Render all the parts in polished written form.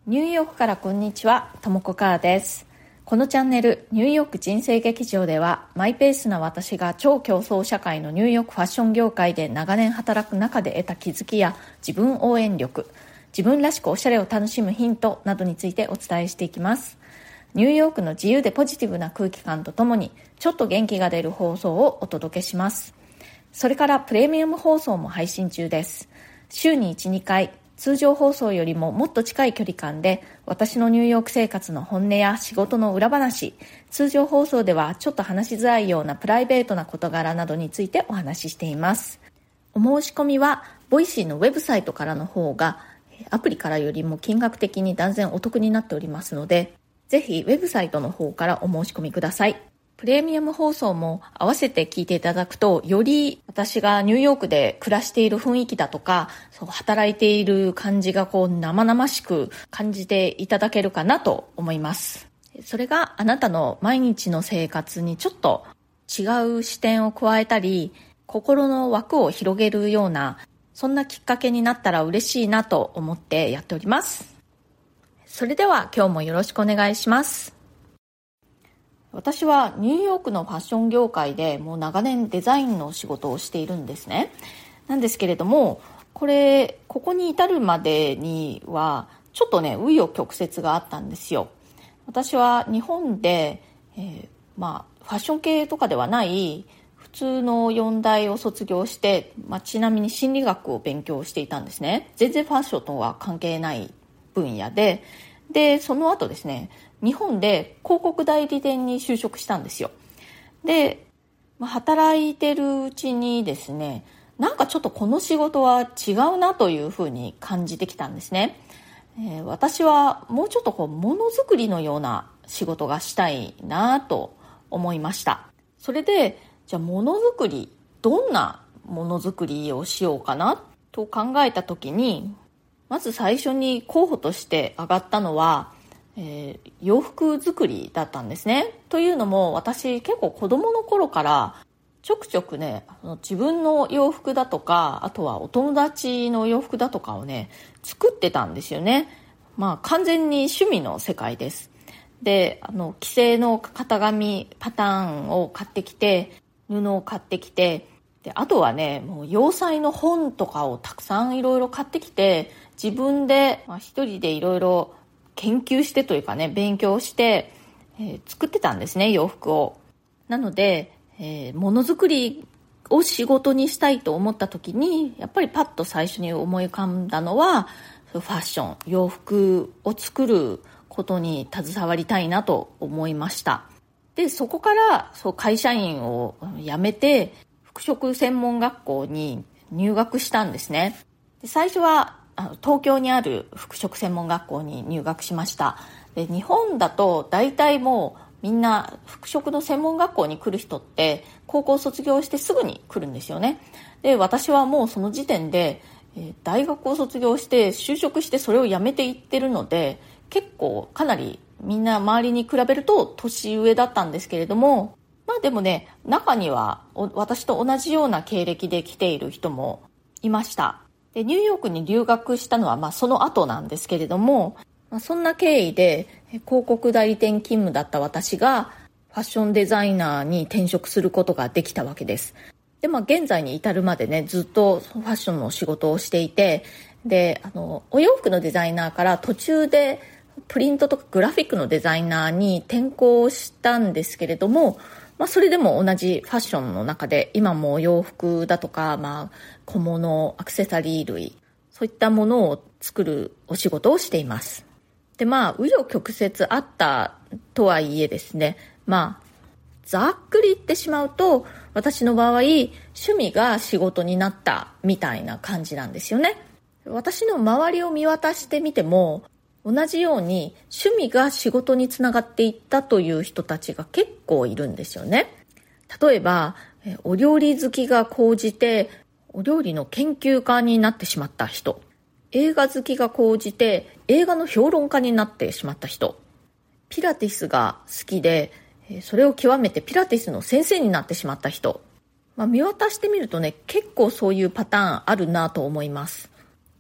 ニューヨークからこんにちは、ともこかーです。このチャンネルニューヨーク人生劇場では、マイペースな私が超競争社会のニューヨークファッション業界で長年働く中で得た気づきや自分応援力、自分らしくおしゃれを楽しむヒントなどについてお伝えしていきます。ニューヨークの自由でポジティブな空気感とともにちょっと元気が出る放送をお届けします。それからプレミアム放送も配信中です。週に 1,2 回、通常放送よりももっと近い距離感で私のニューヨーク生活の本音や仕事の裏話、通常放送ではちょっと話しづらいようなプライベートな事柄などについてお話ししています。お申し込みはボイシーのウェブサイトからの方がアプリからよりも金額的に断然お得になっておりますので、ぜひウェブサイトの方からお申し込みください。プレミアム放送も合わせて聞いていただくと、より私がニューヨークで暮らしている雰囲気だとか、働いている感じが生々しく感じていただけるかなと思います。それがあなたの毎日の生活にちょっと違う視点を加えたり、心の枠を広げるような、そんなきっかけになったら嬉しいなと思ってやっております。それでは今日もよろしくお願いします。私はニューヨークのファッション業界でもう長年デザインの仕事をしているんですね。なんですけれども、ここに至るまでにはちょっとね、紆余曲折があったんですよ。私は日本で、ファッション系とかではない普通の4大を卒業して、ちなみに心理学を勉強していたんですね。全然ファッションとは関係ない分野で、その後ですね、日本で広告代理店に就職したんですよ。で、働いてるうちにですね、なんかちょっとこの仕事は違うなというふうに感じてきたんですね。私はもうちょっとものづくりのような仕事がしたいなと思いました。それで、じゃあものづくり、どんなものづくりをしようかなと考えたときに、まず最初に候補として挙がったのは、洋服作りだったんですね。というのも、私結構子供の頃からちょくちょくね、自分の洋服だとか、あとはお友達の洋服だとかをね、作ってたんですよね。完全に趣味の世界です。で、既製の型紙パターンを買ってきて、布を買ってきて、であとはね、もう洋裁の本とかをたくさんいろいろ買ってきて、自分で一人でいろいろ研究してというかね、勉強して、作ってたんですね、洋服を。なので、ものづくりを仕事にしたいと思った時に、やっぱりパッと最初に思い浮かんだのはファッション、洋服を作ることに携わりたいなと思いました。で、そこから会社員を辞めて服飾専門学校に入学したんですね。で、最初は東京にある服飾専門学校に入学しました。で、日本だと大体もうみんな服飾の専門学校に来る人って高校卒業してすぐに来るんですよね。で、私はもうその時点で大学を卒業して就職してそれを辞めていってるので、結構かなりみんな周りに比べると年上だったんですけれども、でもね、中には私と同じような経歴で来ている人もいました。で、ニューヨークに留学したのはその後なんですけれども、そんな経緯で広告代理店勤務だった私がファッションデザイナーに転職することができたわけです。で、現在に至るまでね、ずっとファッションの仕事をしていて、で、お洋服のデザイナーから途中でプリントとかグラフィックのデザイナーに転向したんですけれども、それでも同じファッションの中で今も洋服だとか、小物、アクセサリー類、そういったものを作るお仕事をしています。で、紆余曲折あったとはいえですね、ざっくり言ってしまうと、私の場合、趣味が仕事になったみたいな感じなんですよね。私の周りを見渡してみても、同じように趣味が仕事につながっていったという人たちが結構いるんですよね。例えば、お料理好きが高じてお料理の研究家になってしまった人、映画好きが高じて映画の評論家になってしまった人、ピラティスが好きでそれを極めてピラティスの先生になってしまった人、見渡してみるとね、結構そういうパターンあるなと思います。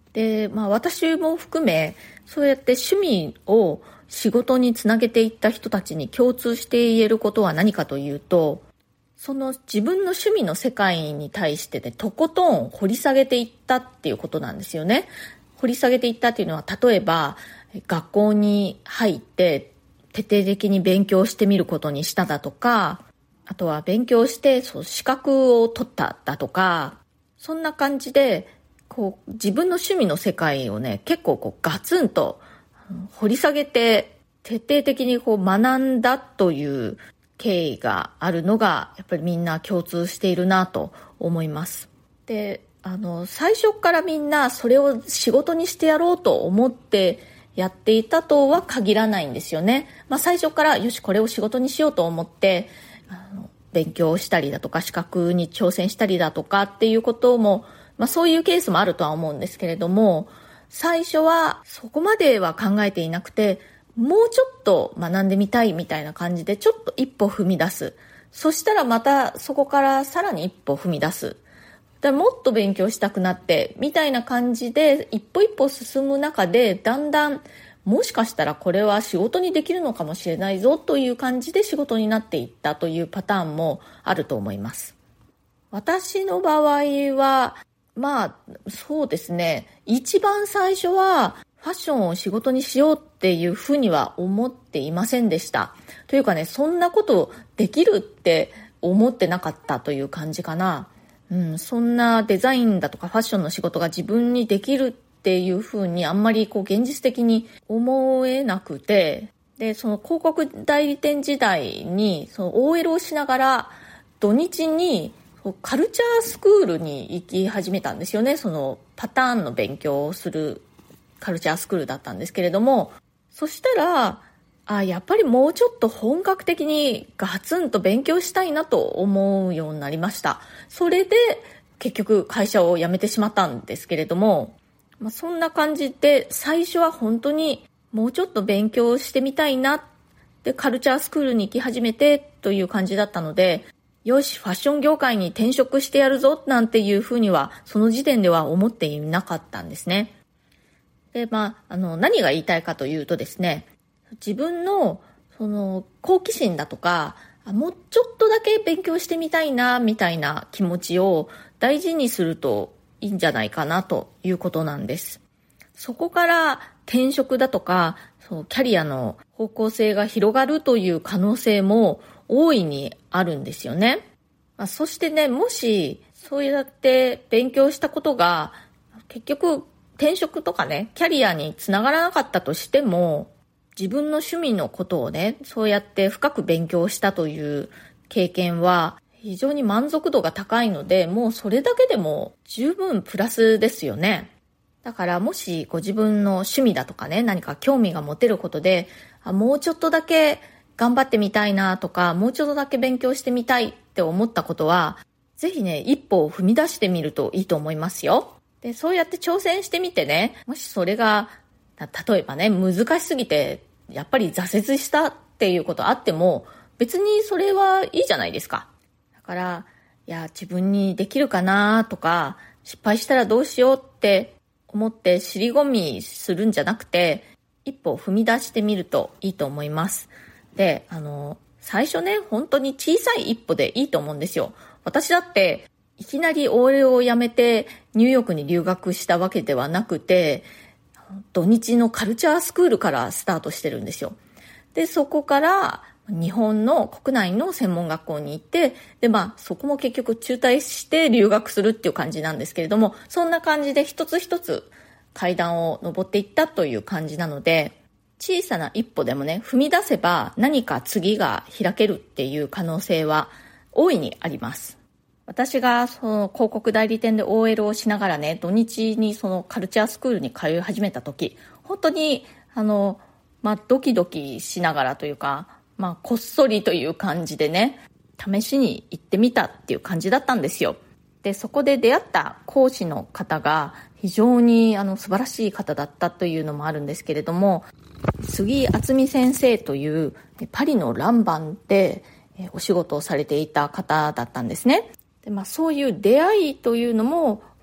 で、私も含め、そうやって趣味を仕事につなげていった人たちに共通して言えることは何かというと、その自分の趣味の世界に対してね、とことん掘り下げていったっていうことなんですよね。掘り下げていったっていうのは、例えば学校に入って徹底的に勉強してみることにしただとか、あとは勉強して資格を取っただとか、そんな感じで自分の趣味の世界をね、結構ガツンと掘り下げて徹底的に学んだという経緯があるのがやっぱりみんな共通しているなと思います。で、最初からみんなそれを仕事にしてやろうと思ってやっていたとは限らないんですよね。最初からよしこれを仕事にしようと思って勉強したりだとか資格に挑戦したりだとかっていうことも、そういうケースもあるとは思うんですけれども、最初はそこまでは考えていなくて、もうちょっと学んでみたいみたいな感じでちょっと一歩踏み出す。そしたらまたそこからさらに一歩踏み出す。もっと勉強したくなってみたいな感じで一歩一歩進む中で、だんだんもしかしたらこれは仕事にできるのかもしれないぞという感じで仕事になっていったというパターンもあると思います。私の場合はそうですね、一番最初はファッションを仕事にしようっていうふうには思っていませんでした。というかね、そんなことできるって思ってなかったという感じかな。そんなデザインだとかファッションの仕事が自分にできるっていうふうにあんまり現実的に思えなくて、で、その広告代理店時代にその OL をしながら土日にカルチャースクールに行き始めたんですよね。そのパターンの勉強をするカルチャースクールだったんですけれども、そしたらやっぱりもうちょっと本格的にガツンと勉強したいなと思うようになりました。それで結局会社を辞めてしまったんですけれども、そんな感じで最初は本当にもうちょっと勉強してみたいなでカルチャースクールに行き始めてという感じだったので、よしファッション業界に転職してやるぞなんていうふうにはその時点では思っていなかったんですね。で、何が言いたいかというとですね、自分のその好奇心だとか、もうちょっとだけ勉強してみたいなみたいな気持ちを大事にするといいんじゃないかなということなんです。そこから転職だとかキャリアの方向性が広がるという可能性も大いにあるんですよね。そしてね、もしそうやって勉強したことが結局転職とかね、キャリアにつながらなかったとしても、自分の趣味のことをね、そうやって深く勉強したという経験は非常に満足度が高いので、もうそれだけでも十分プラスですよね。だからもし自分の趣味だとかね、何か興味が持てることで、もうちょっとだけ頑張ってみたいなとか、もうちょっとだけ勉強してみたいって思ったことは、ぜひね、一歩を踏み出してみるといいと思いますよ。で、そうやって挑戦してみてね、もしそれが例えばね、難しすぎてやっぱり挫折したっていうことあっても、別にそれはいいじゃないですか。だから、自分にできるかなとか、失敗したらどうしようって思って尻込みするんじゃなくて、一歩踏み出してみるといいと思います。で、最初ね、本当に小さい一歩でいいと思うんですよ。私だっていきなり OL を辞めてニューヨークに留学したわけではなくて、土日のカルチャースクールからスタートしてるんですよ。で、そこから日本の国内の専門学校に行って、で、そこも結局中退して留学するっていう感じなんですけれども、そんな感じで一つ一つ階段を登っていったという感じなので、小さな一歩でもね、踏み出せば何か次が開けるっていう可能性は大いにあります。私がその広告代理店で OL をしながらね、土日にそのカルチャースクールに通い始めた時、本当にドキドキしながらというか、こっそりという感じでね、試しに行ってみたっていう感じだったんですよ。で、そこで出会った講師の方が非常に素晴らしい方だったというのもあるんですけれども、杉敦美先生というパリのランバンでお仕事をされていた方だったんですね。で、そういう出会いというのも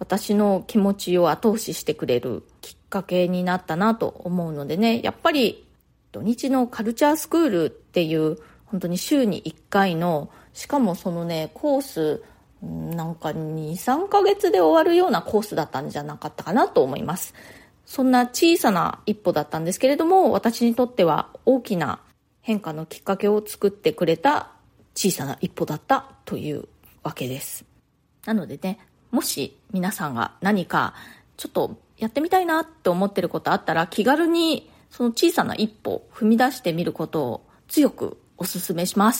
私の気持ちを後押ししてくれるきっかけになったなと思うのでね、やっぱり土日のカルチャースクールっていう本当に週に1回の、しかもそのねコースなんか2、3ヶ月で終わるようなコースだったんじゃなかったかなと思います。そんな小さな一歩だったんですけれども、私にとっては大きな変化のきっかけを作ってくれた小さな一歩だったというわけです。なのでね、もし皆さんが何かちょっとやってみたいなって思ってることあったら、気軽にその小さな一歩を踏み出してみることを強くお勧めします。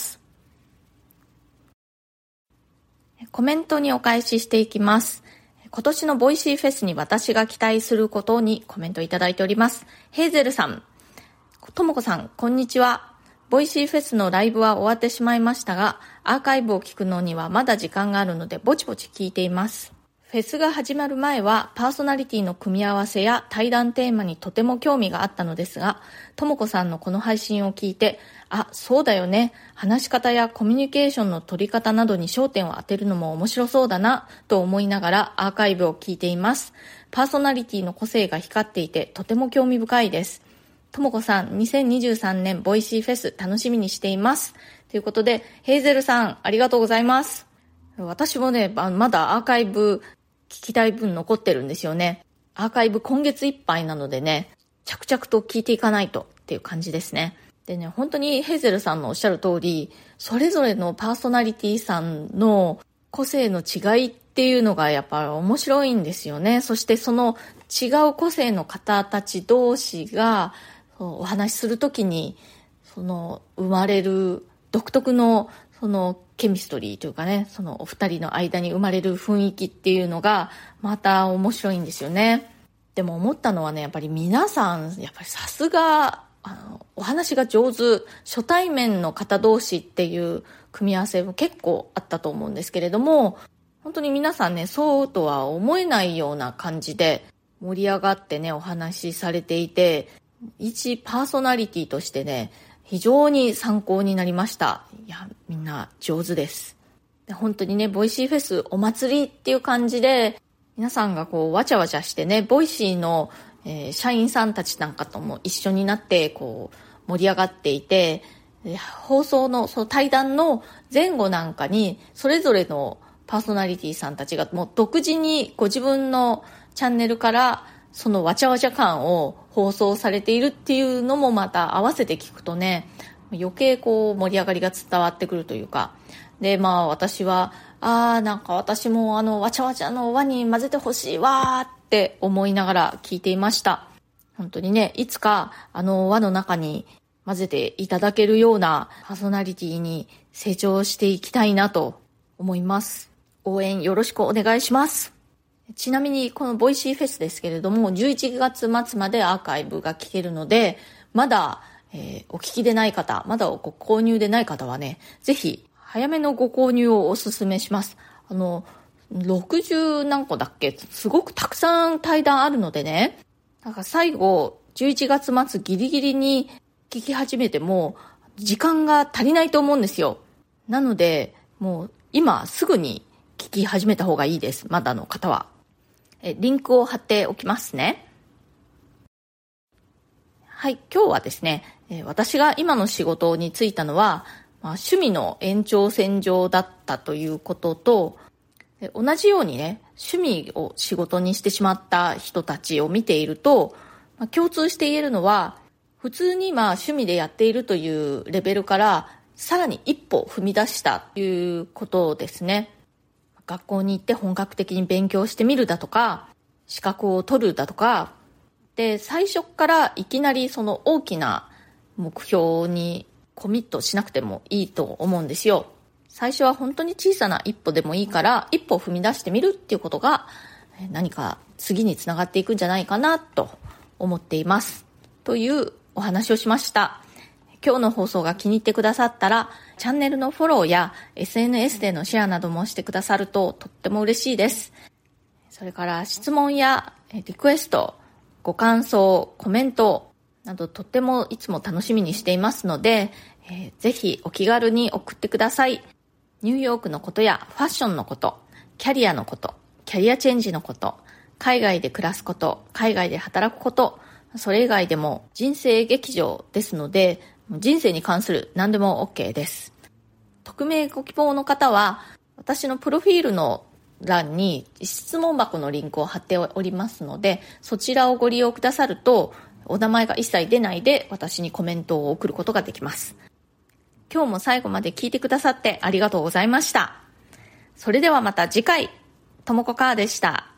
コメントにお返ししていきます。今年のボイシーフェスに私が期待することにコメントいただいております。ヘーゼルさん、ともこさん、こんにちは。ボイシーフェスのライブは終わってしまいましたが、アーカイブを聞くのにはまだ時間があるのでぼちぼち聞いています。フェスが始まる前はパーソナリティの組み合わせや対談テーマにとても興味があったのですが、ともこさんのこの配信を聞いて、そうだよね、話し方やコミュニケーションの取り方などに焦点を当てるのも面白そうだなと思いながらアーカイブを聞いています。パーソナリティの個性が光っていてとても興味深いです。ともこさん、2023年ボイシーフェス楽しみにしています。ということで、ヘイゼルさん、ありがとうございます。私もね、まだアーカイブ聞きたい分残ってるんですよね。アーカイブ今月いっぱいなのでね、着々と聞いていかないとっていう感じですね。でね、本当にヘイゼルさんのおっしゃる通り、それぞれのパーソナリティさんの個性の違いっていうのがやっぱり面白いんですよね。そしてその違う個性の方たち同士がお話しするときにその生まれる独特のそのケミストリーというかね、そのお二人の間に生まれる雰囲気っていうのがまた面白いんですよね。でも思ったのはね、やっぱり皆さんやっぱりさすがお話が上手、初対面の方同士っていう組み合わせも結構あったと思うんですけれども、本当に皆さんね、そうとは思えないような感じで盛り上がってねお話しされていて、一パーソナリティとしてね非常に参考になりました。いや、みんな上手です。で、本当にね、ボイシーフェスお祭りっていう感じで、皆さんがこうわちゃわちゃしてね、ボイシーの、社員さんたちなんかとも一緒になってこう盛り上がっていて、放送のその対談の前後なんかにそれぞれのパーソナリティさんたちがもう独自にご自分のチャンネルからそのわちゃわちゃ感を放送されているっていうのもまた合わせて聞くとね、余計こう盛り上がりが伝わってくるというか。で、私はなんか私もわちゃわちゃの輪に混ぜてほしいわーって思いながら聞いていました。本当にね、いつか輪の中に混ぜていただけるようなパーソナリティに成長していきたいなと思います。応援よろしくお願いします。ちなみにこのボイシーフェスですけれども、11月末までアーカイブが聞けるので、まだ、お聞きでない方、まだご購入でない方はね、ぜひ早めのご購入をお勧めします。60何個だっけ、すごくたくさん対談あるのでね、なんか最後11月末ギリギリに聞き始めても時間が足りないと思うんですよ。なのでもう今すぐに聞き始めた方がいいです。まだの方は。リンクを貼っておきますね。はい、今日はですね、私が今の仕事に就いたのは、趣味の延長線上だったということと、同じようにね、趣味を仕事にしてしまった人たちを見ていると、共通して言えるのは、普通に趣味でやっているというレベルからさらに一歩踏み出したということですね。学校に行って本格的に勉強してみるだとか、資格を取るだとか、で、最初からいきなりその大きな目標にコミットしなくてもいいと思うんですよ。最初は本当に小さな一歩でもいいから一歩踏み出してみるっていうことが何か次につながっていくんじゃないかなと思っています。というお話をしました。今日の放送が気に入ってくださったら、チャンネルのフォローや SNS でのシェアなどもしてくださるととっても嬉しいです。それから質問やリクエスト、ご感想、コメントなどとってもいつも楽しみにしていますので、ぜひお気軽に送ってください。ニューヨークのことやファッションのこと、キャリアのこと、 キャリアチェンジのこと、海外で暮らすこと、海外で働くこと、それ以外でも人生劇場ですので、人生に関する何でも OK です。匿名ご希望の方は、私のプロフィールの欄に質問箱のリンクを貼っておりますので、そちらをご利用くださると、お名前が一切出ないで私にコメントを送ることができます。今日も最後まで聞いてくださってありがとうございました。それではまた次回、ともこかーでした。